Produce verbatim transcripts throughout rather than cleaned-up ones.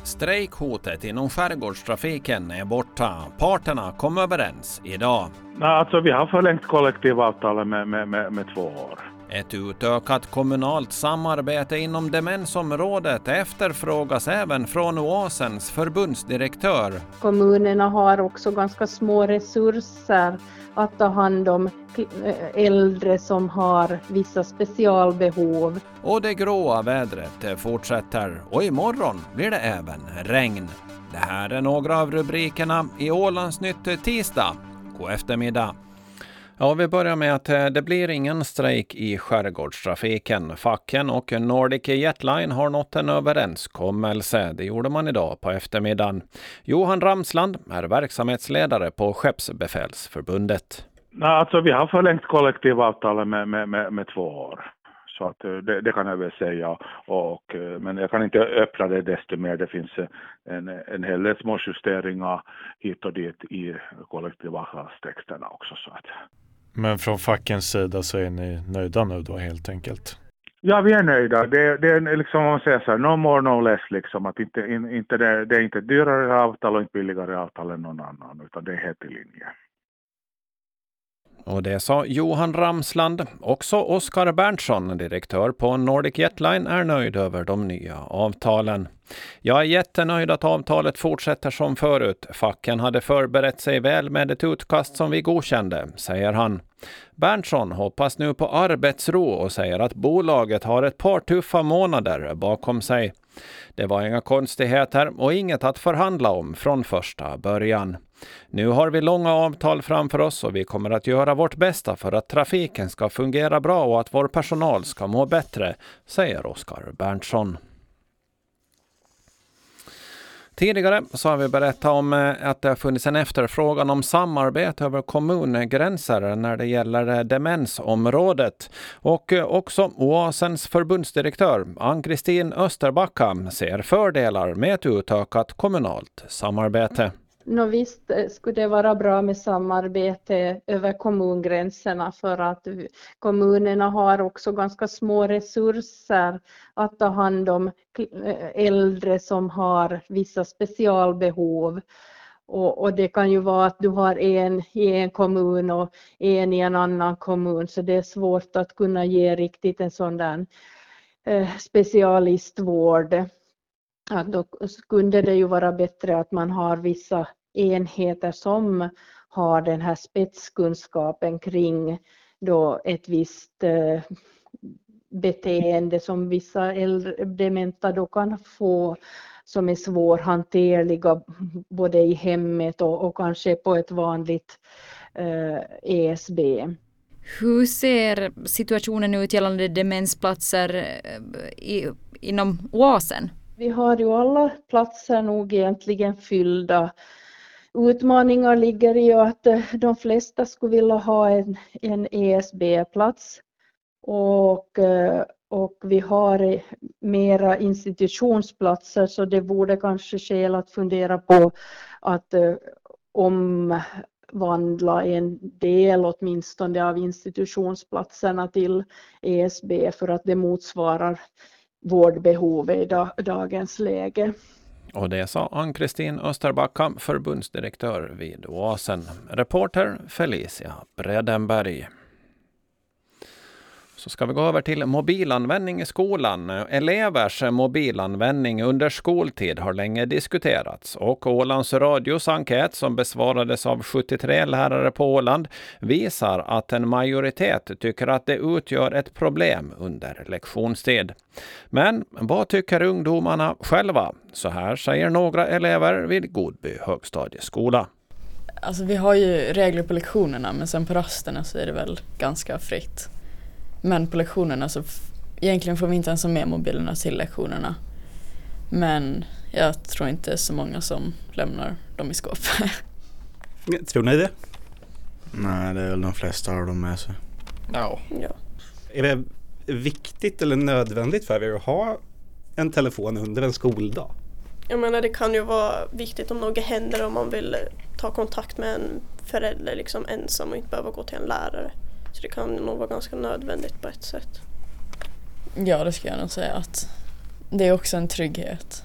Strejkhotet inom skärgårdstrafiken är borta. Parterna kom överens idag. Nej, alltså vi har förlängt kollektivavtalet med, med, med, med två år. Ett utökat kommunalt samarbete inom demensområdet efterfrågas även från Oasens förbundsdirektör. Kommunerna har också ganska små resurser att ta hand om äldre som har vissa specialbehov. Och det gråa vädret fortsätter och imorgon blir det även regn. Det här är några av rubrikerna i Ålandsnytt tisdag. God eftermiddag. Ja, vi börjar med att det blir ingen strejk i skärgårdstrafiken. Facken och Nordic Jetline har nått en överenskommelse. Det gjorde man idag på eftermiddagen. Johan Ramsland är verksamhetsledare på Skeppsbefälsförbundet. Nej, alltså vi har förlängt kollektivavtalet med, med, med, med två år. Så att det, det kan jag väl säga. Och, men jag kan inte öppna det desto mer. Det finns en, en hel del små justeringar hit och dit i kollektivavtalstexterna också. Så att. Men från fackens sida så är ni nöjda nu då helt enkelt? Ja, vi är nöjda. Det, det är liksom, om man säger så här, no more, no less liksom. Att inte, in, inte det, det är inte dyrare avtal och inte billigare avtal än någon annan. Utan det är helt i linje. Och det sa Johan Ramsland. Också Oskar Berntsson, direktör på Nordic Jetline, är nöjd över de nya avtalen. Jag är jättenöjd att avtalet fortsätter som förut. Facken hade förberett sig väl med ett utkast som vi godkände, säger han. Berntsson hoppas nu på arbetsro och säger att bolaget har ett par tuffa månader bakom sig. Det var inga konstigheter och inget att förhandla om från första början. Nu har vi långa avtal framför oss och vi kommer att göra vårt bästa för att trafiken ska fungera bra och att vår personal ska må bättre, säger Oskar Berntsson. Tidigare så har vi berättat om att det har funnits en efterfrågan om samarbete över kommungränser när det gäller demensområdet. Och också Oasens förbundsdirektör Ann-Kristin Österbacka ser fördelar med ett utökat kommunalt samarbete. Nå visst skulle det vara bra med samarbete över kommungränserna för att kommunerna har också ganska små resurser att ta hand om äldre som har vissa specialbehov. Och, och det kan ju vara att du har en i en kommun och en i en annan kommun, så det är svårt att kunna ge riktigt en sån där eh, specialistvård. Att då skulle det ju vara bättre att man har vissa enheter som har den här spetskunskapen kring då ett visst eh, beteende som vissa äldre dementa då kan få, som är svårhanterliga både i hemmet och, och kanske på ett vanligt eh, E S B. Hur ser situationen ut gällande demensplatser i, inom Oasen? Vi har ju alla platser nog egentligen fyllda. Utmaningar ligger i att de flesta skulle vilja ha en, en E S B-plats. Och, och vi har mera institutionsplatser, så det borde kanske skäl att fundera på att omvandla en del åtminstone av institutionsplatserna till E S B för att det motsvarar vårdbehovet i dag, dagens läge. Och det sa Ann-Kristin Österbacka, förbundsdirektör vid Oasen. Reporter Felicia Bredenberg. Så ska vi gå över till mobilanvändning i skolan. Elevers mobilanvändning under skoltid har länge diskuterats. Och Ålands radios enkät som besvarades av sjuttiotre lärare på Åland visar att en majoritet tycker att det utgör ett problem under lektionstid. Men vad tycker ungdomarna själva? Så här säger några elever vid Godby högstadieskola. Alltså vi har ju regler på lektionerna, men sen på rasterna så är det väl ganska fritt. Men på lektionerna så f- egentligen får vi inte ens ha med mobilerna till lektionerna. Men jag tror inte så många som lämnar dem i skåpet. Tror ni det? Nej, det är väl de flesta av dem med sig. Ja. Ja. Är det viktigt eller nödvändigt för er att ha en telefon under en skoldag? Jag menar, det kan ju vara viktigt om något händer, om man vill ta kontakt med en förälder liksom ensam och inte behöva gå till en lärare. Så det kan nog vara ganska nödvändigt på ett sätt. Ja, det ska jag nog säga att det är också en trygghet.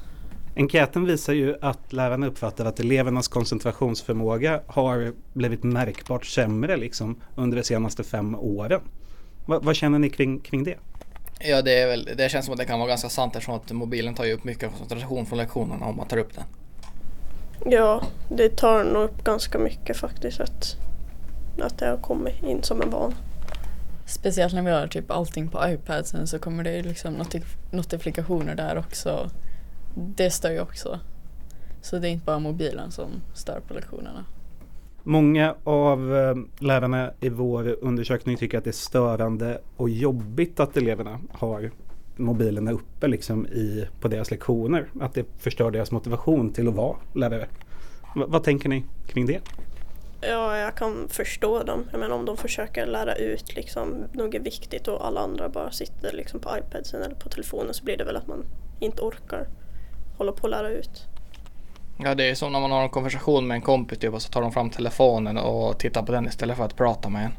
Enkäten visar ju att lärarna uppfattar att elevernas koncentrationsförmåga har blivit märkbart sämre liksom under de senaste fem åren. Va, vad känner ni kring, kring det? Ja, det, är väl, det känns som att det kan vara ganska sant eftersom att mobilen tar ju upp mycket koncentration från lektionerna om man tar upp den. Ja, det tar nog upp ganska mycket faktiskt att, att det har kommit in som en vana. Speciellt när vi har typ allting på iPadsen så kommer det liksom notif- notifikationer där också. Det stör ju också. Så det är inte bara mobilen som stör på lektionerna. Många av eh, lärarna i vår undersökning tycker att det är störande och jobbigt att eleverna har mobilerna uppe liksom i, på deras lektioner. Att det förstör deras motivation till att vara lärare. V- vad tänker ni kring det? Ja, jag kan förstå dem. Jag menar om de försöker lära ut liksom något viktigt och alla andra bara sitter liksom på iPadsen eller på telefonen så blir det väl att man inte orkar hålla på att lära ut. Ja, det är som när man har en konversation med en kompis typ, och så tar de fram telefonen och tittar på den istället för att prata med en.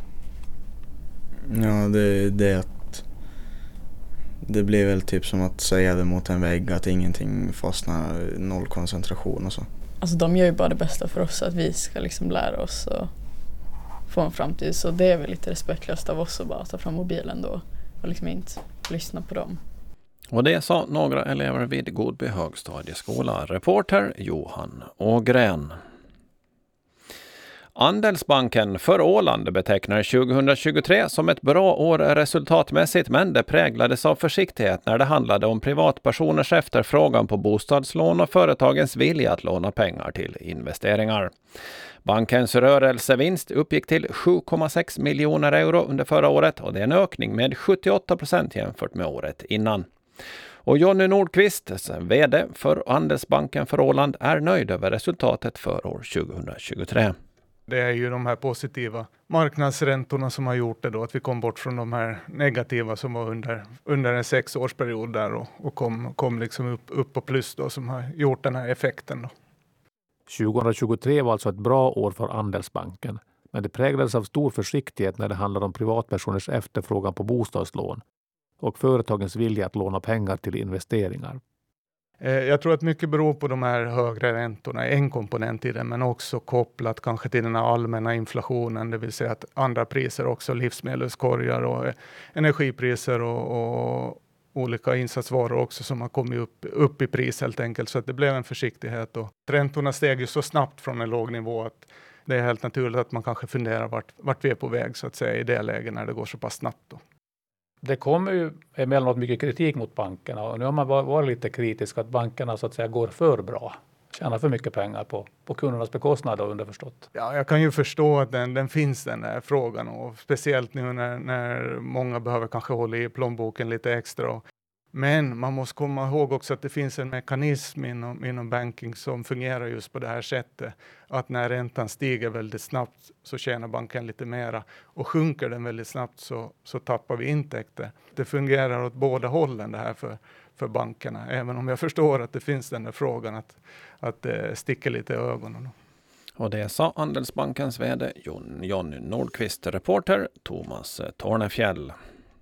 Ja, det, det är att det blir väl typ som att säga det mot en vägg, att ingenting fastnar, noll koncentration och så. Alltså de gör ju bara det bästa för oss att vi ska liksom lära oss och få en framtid. Så det är väl lite respektlöst av oss att bara ta fram mobilen då och liksom inte lyssna på dem. Och det sa några elever vid Godby högstadieskola. Reporter Johan Ågren. Andelsbanken för Åland betecknar tjugohundratjugotre som ett bra år resultatmässigt, men det präglades av försiktighet när det handlade om privatpersoners efterfrågan på bostadslån och företagens vilja att låna pengar till investeringar. Bankens rörelsevinst uppgick till sju komma sex miljoner euro under förra året och det är en ökning med sjuttioåtta procent jämfört med året innan. Och Jonny Nordqvist, vd för Andelsbanken för Åland, är nöjd över resultatet för år tjugohundratjugotre. Det är ju de här positiva marknadsräntorna som har gjort det då, att vi kom bort från de här negativa som var under, under en sexårsperiod där och, och kom, kom liksom upp, upp på plus då, som har gjort den här effekten då. tjugohundratjugotre var alltså ett bra år för Andelsbanken, men det präglades av stor försiktighet när det handlar om privatpersoners efterfrågan på bostadslån och företagens vilja att låna pengar till investeringar. Jag tror att mycket beror på de här högre räntorna, en komponent i det, men också kopplat kanske till den här allmänna inflationen, det vill säga att andra priser också, livsmedelskorgar och energipriser och, och olika insatsvaror också som har kommit upp, upp i pris helt enkelt, så att det blev en försiktighet. Och räntorna steg ju så snabbt från en låg nivå att det är helt naturligt att man kanske funderar vart, vart vi är på väg så att säga i det läget när det går så pass snabbt då. Det kommer ju emellanåt mycket kritik mot bankerna och nu har man varit lite kritisk att bankerna så att säga går för bra. Tjänar för mycket pengar på, på kundernas bekostnad och underförstått. Ja, jag kan ju förstå att den, den finns den här frågan och speciellt nu när, när många behöver kanske hålla i plånboken lite extra. Men man måste komma ihåg också att det finns en mekanism inom, inom banking som fungerar just på det här sättet. Att när räntan stiger väldigt snabbt så tjänar banken lite mera. Och sjunker den väldigt snabbt så, så tappar vi intäkter. Det fungerar åt båda hållen det här för, för bankerna. Även om jag förstår att det finns den där frågan att, att det sticker lite i ögonen. Och det sa Andelsbankens vd Jon, Jonny Nordqvist, reporter Thomas Tornefjäll.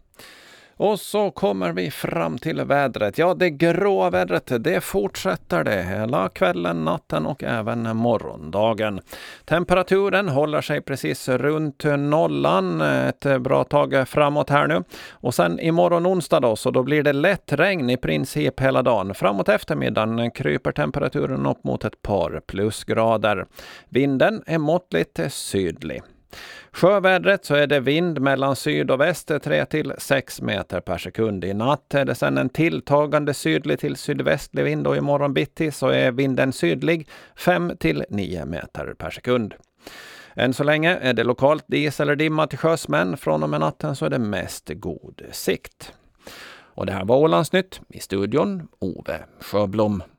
Och så kommer vi fram till vädret. Ja, det gråa vädret, det fortsätter det hela kvällen, natten och även morgondagen. Temperaturen håller sig precis runt nollan ett bra tag framåt här nu. Och sen imorgon onsdag då, så då blir det lätt regn i princip hela dagen. Framåt eftermiddagen kryper temperaturen upp mot ett par plusgrader. Vinden är måttligt sydlig. Sjövädret så är det vind mellan syd och väst tre till sex meter per sekund. I natt är det sedan en tilltagande sydlig till sydvästlig vind och imorgon bitti så är vinden sydlig fem till nio meter per sekund. Än så länge är det lokalt dis eller dimma till sjöss, men från och med natten så är det mest god sikt. Och det här var Ålandsnytt, i studion Ove Sjöblom.